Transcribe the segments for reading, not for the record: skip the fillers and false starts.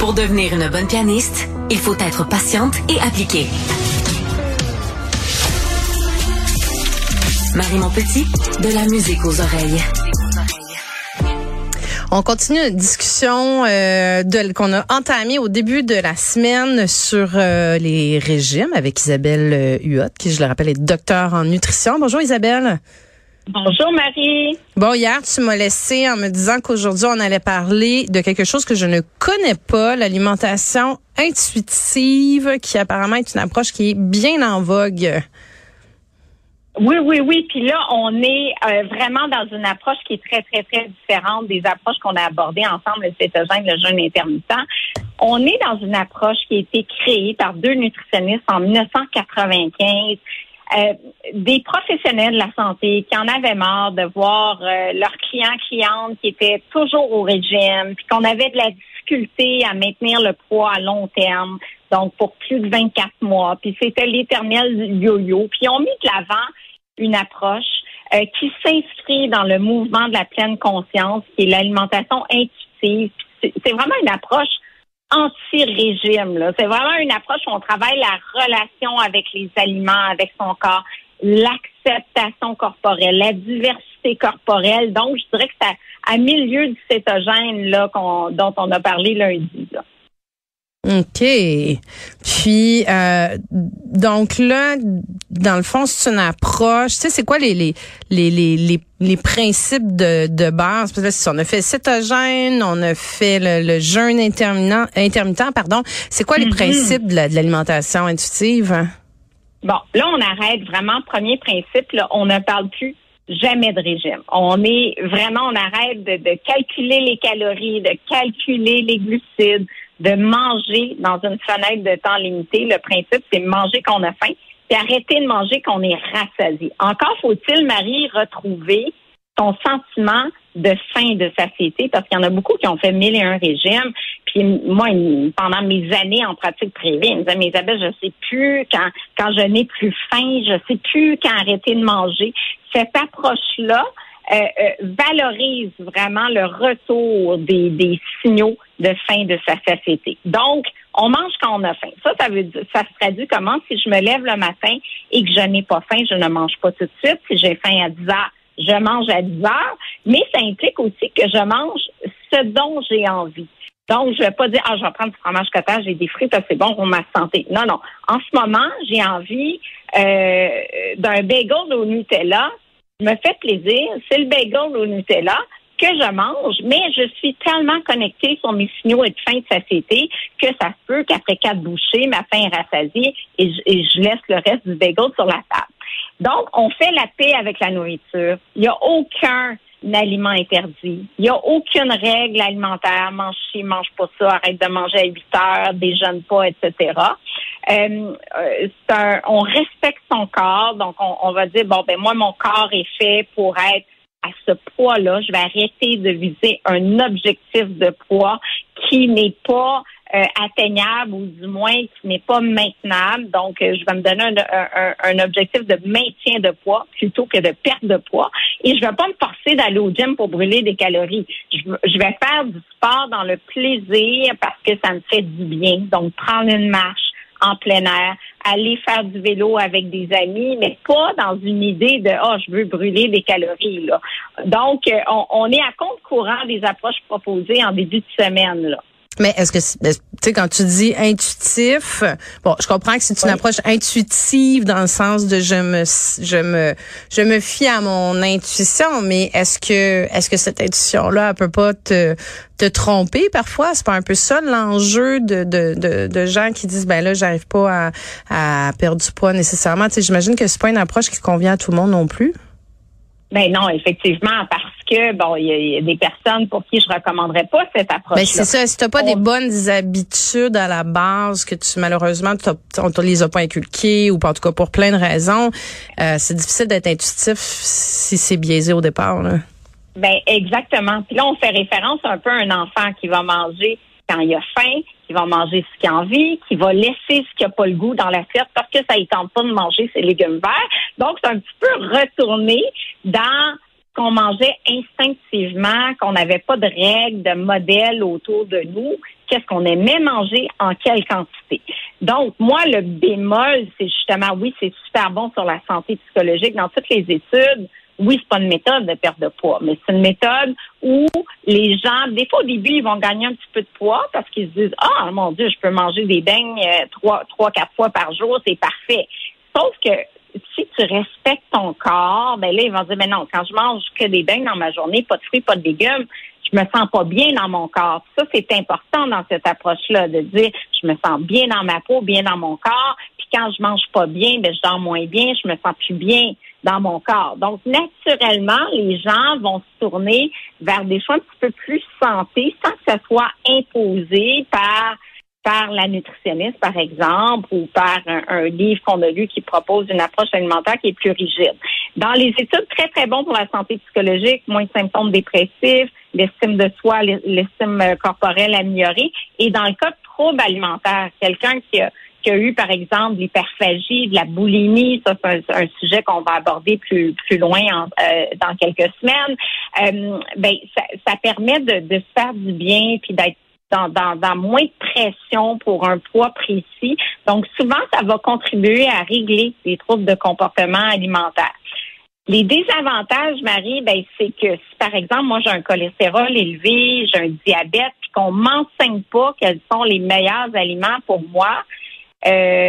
Pour devenir une bonne pianiste, il faut être patiente et appliquée. Marie Montpetit, de la musique aux oreilles. On continue une discussion qu'on a entamée au début de la semaine sur les régimes avec Isabelle Huot, qui, je le rappelle, est docteure en nutrition. Bonjour Isabelle. Bonjour Marie. Bon, hier, tu m'as laissé en me disant qu'aujourd'hui, on allait parler de quelque chose que je ne connais pas, l'alimentation intuitive, qui apparemment est une approche qui est bien en vogue. Oui. Puis là, on est vraiment dans une approche qui est très, très, très différente des approches qu'on a abordées ensemble, le cétogène, le jeûne intermittent. On est dans une approche qui a été créée par deux nutritionnistes en 1995. Des professionnels de la santé qui en avaient marre de voir leurs clients-clientes qui étaient toujours au régime, puis qu'on avait de la difficulté à maintenir le poids à long terme, donc pour plus de 24 mois. Puis c'était l'éternel yo-yo. Puis ils ont mis de l'avant une approche qui s'inscrit dans le mouvement de la pleine conscience, qui est l'alimentation intuitive. C'est vraiment une approche anti-régime, là. C'est vraiment une approche où on travaille la relation avec les aliments, avec son corps, l'acceptation corporelle, la diversité corporelle. Donc, je dirais que c'est à milieu du cétogène là dont on a parlé lundi, là. OK. Puis, donc là, dans le fond, c'est une approche. Tu sais, c'est quoi les principes de base? Parce que là, si on a fait le cétogène, on a fait le jeûne intermittent, pardon. C'est quoi les principes de l'alimentation intuitive? Bon, là, on arrête vraiment. Premier principe, là, on ne parle plus jamais de régime. On arrête de calculer les calories, de calculer les glucides, de manger dans une fenêtre de temps limitée. Le principe, c'est manger qu'on a faim, puis arrêter de manger qu'on est rassasié. Encore faut-il, Marie, retrouver ton sentiment de faim, de satiété, parce qu'il y en a beaucoup qui ont fait 1001 régimes. Puis moi, pendant mes années en pratique privée, ils me disaient, mais Isabelle, je sais plus quand je n'ai plus faim, je sais plus quand arrêter de manger. Cette approche-là valorise vraiment le retour des signaux de faim, de sa satiété. Donc, on mange quand on a faim. Ça se traduit comment? Si je me lève le matin et que je n'ai pas faim, je ne mange pas tout de suite. Si j'ai faim à 10 heures, je mange à 10 heures. Mais ça implique aussi que je mange ce dont j'ai envie. Donc, je vais pas dire, je vais prendre du fromage cottage et des fruits parce que c'est bon pour ma santé. Non. En ce moment, j'ai envie d'un bagel au Nutella. Je me fais plaisir. C'est le bagel au Nutella que je mange, mais je suis tellement connectée sur mes signaux et de faim de satiété que ça se peut qu'après 4 bouchées, ma faim est rassasiée et je laisse le reste du bagel sur la table. Donc, on fait la paix avec la nourriture. Il n'y a aucun aliment interdit. Il n'y a aucune règle alimentaire. Mange ci, mange pas ça, arrête de manger à 8 heures, déjeune pas, etc. On respecte son corps. Donc, on va dire, moi, mon corps est fait pour être à ce poids-là. Je vais arrêter de viser un objectif de poids qui n'est pas atteignable ou du moins qui n'est pas maintenable. Donc, je vais me donner un objectif de maintien de poids plutôt que de perte de poids. Et je ne vais pas me forcer d'aller au gym pour brûler des calories. Je vais faire du sport dans le plaisir parce que ça me fait du bien. Donc, prendre une marche en plein air, aller faire du vélo avec des amis, mais pas dans une idée de je veux brûler des calories, là. Donc, on est à compte courant des approches proposées en début de semaine, là. Mais est-ce que, tu sais, quand tu dis intuitif, je comprends que c'est une approche intuitive dans le sens de je me fie à mon intuition, mais est-ce que cette intuition-là, elle peut pas te tromper parfois? C'est pas un peu ça l'enjeu de gens qui disent, là, j'arrive pas à perdre du poids nécessairement. Tu sais, j'imagine que c'est pas une approche qui convient à tout le monde non plus. Ben non, effectivement, parce que il y a des personnes pour qui je recommanderais pas cette approche-là. Ben c'est ça. Si t'as pas des bonnes habitudes à la base, que malheureusement on te les a pas inculquées ou en tout cas pour plein de raisons, c'est difficile d'être intuitif si c'est biaisé au départ, là. Ben exactement. Puis là, on fait référence un peu à un enfant qui va manger quand il a faim, qui va manger ce qu'il a envie, qui va laisser ce qui n'a pas le goût dans l'assiette parce que ça ne tente pas de manger ses légumes verts. Donc, c'est un petit peu retourné dans qu'on mangeait instinctivement, qu'on n'avait pas de règles, de modèles autour de nous, qu'est-ce qu'on aimait manger, en quelle quantité. Donc, moi, le bémol, c'est justement, oui, c'est super bon sur la santé psychologique dans toutes les études. Oui, c'est pas une méthode de perte de poids, mais c'est une méthode où les gens, des fois au début, ils vont gagner un petit peu de poids parce qu'ils se disent, ah, mon Dieu, je peux manger des beignes 3-4 fois par jour, c'est parfait. Sauf que si tu respectes ton corps, ben là, ils vont dire, mais non, quand je mange que des beignes dans ma journée, pas de fruits, pas de légumes, je me sens pas bien dans mon corps. Ça, c'est important dans cette approche-là, de dire, je me sens bien dans ma peau, bien dans mon corps, puis quand je mange pas bien, ben je dors moins bien, je me sens plus bien dans mon corps. Donc, naturellement, les gens vont se tourner vers des choix un petit peu plus santé sans que ça soit imposé par la nutritionniste, par exemple, ou par un livre qu'on a lu qui propose une approche alimentaire qui est plus rigide. Dans les études, très, très bon pour la santé psychologique, moins de symptômes dépressifs, l'estime de soi, l'estime corporelle améliorée. Et dans le cas de troubles alimentaires, quelqu'un qui a eu, par exemple, de l'hyperphagie, de la boulimie, ça, c'est un sujet qu'on va aborder plus loin dans quelques semaines, ça permet de se faire du bien puis d'être dans moins de pression pour un poids précis. Donc, souvent, ça va contribuer à régler les troubles de comportement alimentaire. Les désavantages, Marie, c'est que si, par exemple, moi, j'ai un cholestérol élevé, j'ai un diabète, puis qu'on m'enseigne pas quels sont les meilleurs aliments pour moi, ça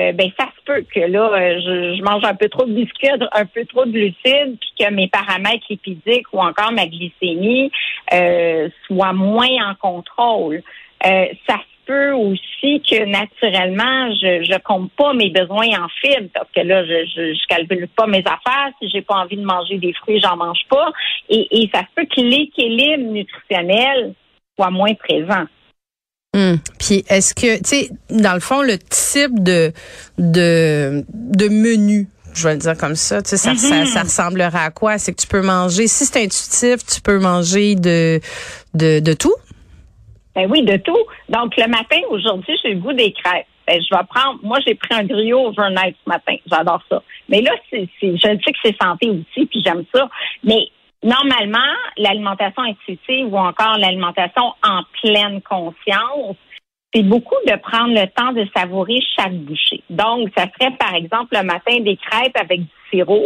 se peut que là, je mange un peu trop de biscuits, un peu trop de glucides, puis que mes paramètres lipidiques ou encore ma glycémie soient moins en contrôle. Ça se peut aussi que naturellement, je compte pas mes besoins en fibres, parce que là, je calcule pas mes affaires. Si j'ai pas envie de manger des fruits, j'en mange pas. Et ça se peut que l'équilibre nutritionnel soit moins présent. Puis est-ce que, tu sais, dans le fond, le type de menu, je vais le dire comme ça, tu sais, ça ressemblera à quoi? C'est que tu peux manger, si c'est intuitif, tu peux manger de tout? Ben oui, de tout. Donc, le matin, aujourd'hui, j'ai le goût des crêpes. Moi, j'ai pris un griot overnight ce matin. J'adore ça. Mais là, je sais que c'est santé aussi, puis j'aime ça. Mais normalement, l'alimentation intuitive ou encore l'alimentation en pleine conscience, c'est beaucoup de prendre le temps de savourer chaque bouchée. Donc, ça serait, par exemple, le matin, des crêpes avec du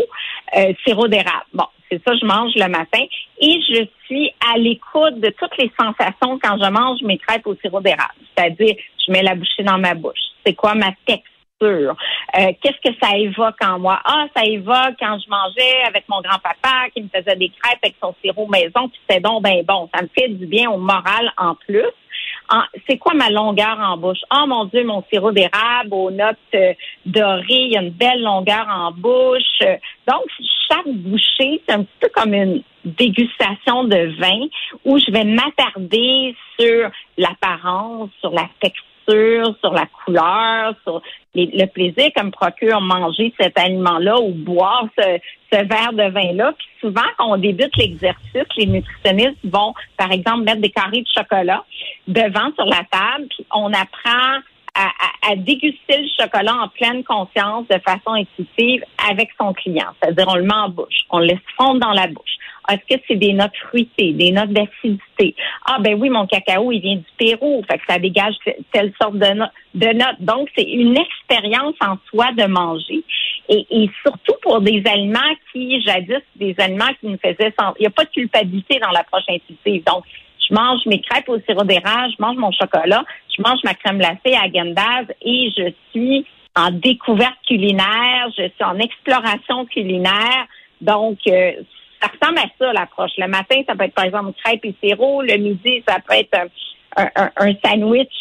sirop d'érable. Bon, c'est ça, je mange le matin. Et je suis à l'écoute de toutes les sensations quand je mange mes crêpes au sirop d'érable. C'est-à-dire, je mets la bouchée dans ma bouche. C'est quoi ma texture? Qu'est-ce que ça évoque en moi? Ah, ça évoque quand je mangeais avec mon grand-papa qui me faisait des crêpes avec son sirop maison, puis c'était donc ben bon. Ça me fait du bien au moral en plus. C'est quoi ma longueur en bouche? Oh mon Dieu, mon sirop d'érable aux notes dorées, il y a une belle longueur en bouche. Donc, chaque bouchée, c'est un petit peu comme une dégustation de vin où je vais m'attarder sur l'apparence, sur la texture, sur la couleur, sur le plaisir que me procure manger cet aliment-là ou boire ce verre de vin-là. Puis souvent, quand on débute l'exercice, les nutritionnistes vont, par exemple, mettre des carrés de chocolat devant sur la table, puis on apprend à déguster le chocolat en pleine conscience de façon intuitive avec son client. C'est-à-dire, on le met en bouche, on le laisse fondre dans la bouche. Est-ce que c'est des notes fruitées, des notes d'acidité? Ah, ben oui, mon cacao, il vient du Pérou, fait que ça dégage telle sorte de notes. Donc, c'est une expérience en soi de manger. Et surtout pour des aliments jadis, des aliments qui nous faisaient sentir. Il n'y a pas de culpabilité dans l'approche intuitive. Donc, je mange mes crêpes au sirop d'érable, je mange mon chocolat, je mange ma crème glacée à Häagen-Dazs et je suis en découverte culinaire, je suis en exploration culinaire. Donc, ça ressemble à ça, l'approche. Le matin, ça peut être, par exemple, crêpes et sirop. Le midi, ça peut être un sandwich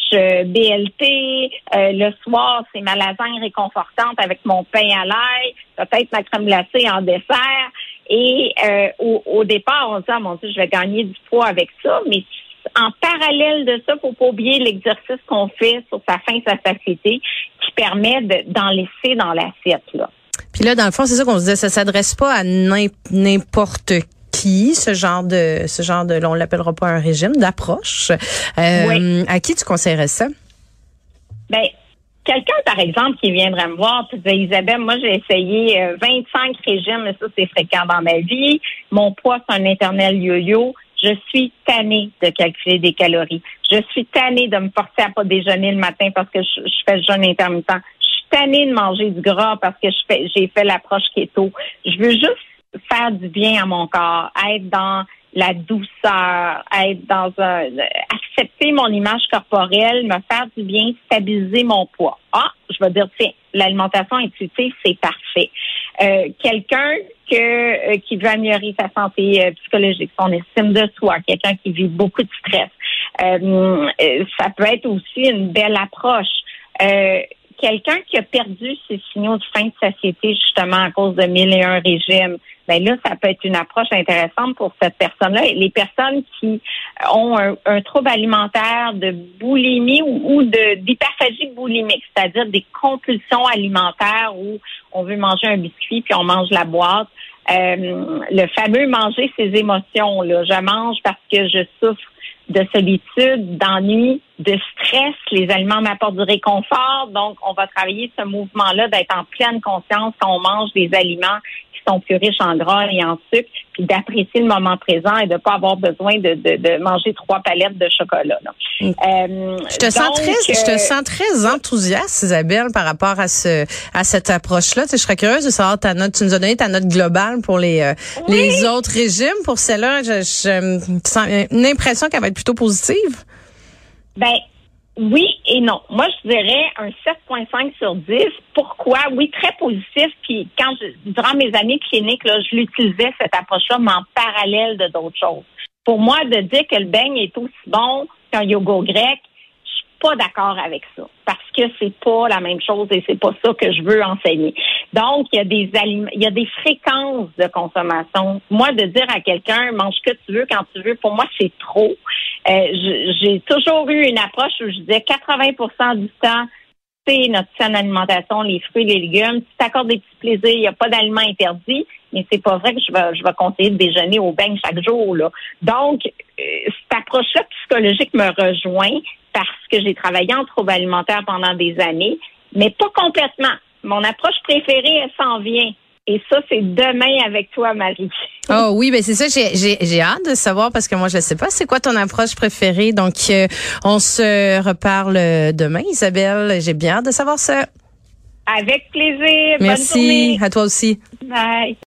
BLT. Le soir, c'est ma lasagne réconfortante avec mon pain à l'ail. Peut-être ma crème glacée en dessert. Et au départ, on se dit, ah, mon Dieu, je vais gagner du poids avec ça. Mais en parallèle de ça, faut pas oublier l'exercice qu'on fait sur sa faim et sa satiété qui permet d'en laisser dans l'assiette, là. Puis là, dans le fond, c'est ça qu'on se disait, ça s'adresse pas à n'importe qui, ce genre de, on l'appellera pas un régime, d'approche. Oui. À qui tu conseillerais ça? Ben, quelqu'un, par exemple, qui viendrait me voir, puis dire, Isabelle, moi, j'ai essayé 25 régimes, mais ça, c'est fréquent dans ma vie. Mon poids, c'est un éternel yo-yo. Je suis tannée de calculer des calories. Je suis tannée de me forcer à pas déjeuner le matin parce que je fais le jeûne intermittent. Je suis tannée de manger du gras parce que j'ai fait l'approche keto. Je veux juste faire du bien à mon corps, être dans la douceur, être dans accepter mon image corporelle, me faire du bien, stabiliser mon poids. Ah, je vais dire, tiens, l'alimentation intuitive, c'est parfait. Quelqu'un qui veut améliorer sa santé psychologique, son estime de soi, quelqu'un qui vit beaucoup de stress, ça peut être aussi une belle approche. Quelqu'un qui a perdu ses signaux de faim de satiété justement à cause de 1001 régimes, ben là, ça peut être une approche intéressante pour cette personne-là. Et les personnes qui ont un trouble alimentaire de boulimie ou d'hyperphagie boulimique, c'est-à-dire des compulsions alimentaires où on veut manger un biscuit puis on mange la boîte. Le fameux manger ses émotions, là. Je mange parce que je souffre de solitude, d'ennui, de stress. Les aliments m'apportent du réconfort. Donc, on va travailler ce mouvement-là d'être en pleine conscience quand on mange des aliments qui sont plus riches en gras et en sucre, puis d'apprécier le moment présent et de pas avoir besoin de manger 3 palettes de chocolat. Je te sens très enthousiaste, Isabelle, par rapport à cette approche-là. Tu sais, je serais curieuse de savoir ta note. Tu nous as donné ta note globale pour les autres régimes. Pour celle-là, je sens une impression qu'elle va être plutôt positive. Ben, oui et non. Moi, je dirais un 7,5 sur 10. Pourquoi? Oui, très positif. Puis durant mes années cliniques, là, je l'utilisais, cette approche-là, mais en parallèle de d'autres choses. Pour moi, de dire que le beigne est aussi bon qu'un yogourt grec, je suis pas d'accord avec ça. Parce que c'est pas la même chose et c'est pas ça que je veux enseigner. Donc, il y a des fréquences de consommation. Moi, de dire à quelqu'un, mange ce que tu veux quand tu veux, pour moi, c'est trop. J'ai toujours eu une approche où je disais 80% du temps, c'est notre saine alimentation, les fruits, les légumes. Tu t'accordes des petits plaisirs, il n'y a pas d'aliments interdits, mais c'est pas vrai que je vais conseiller de déjeuner au beigne chaque jour, là. Donc, cette approche-là psychologique me rejoint parce que j'ai travaillé en troubles alimentaires pendant des années, mais pas complètement. Mon approche préférée, elle s'en vient. Et ça, c'est demain avec toi, Marie. Oh oui, ben c'est ça. J'ai hâte de savoir parce que moi, je ne sais pas c'est quoi ton approche préférée. Donc, on se reparle demain, Isabelle. J'ai bien hâte de savoir ça. Avec plaisir. Merci. Bonne journée. À toi aussi. Bye.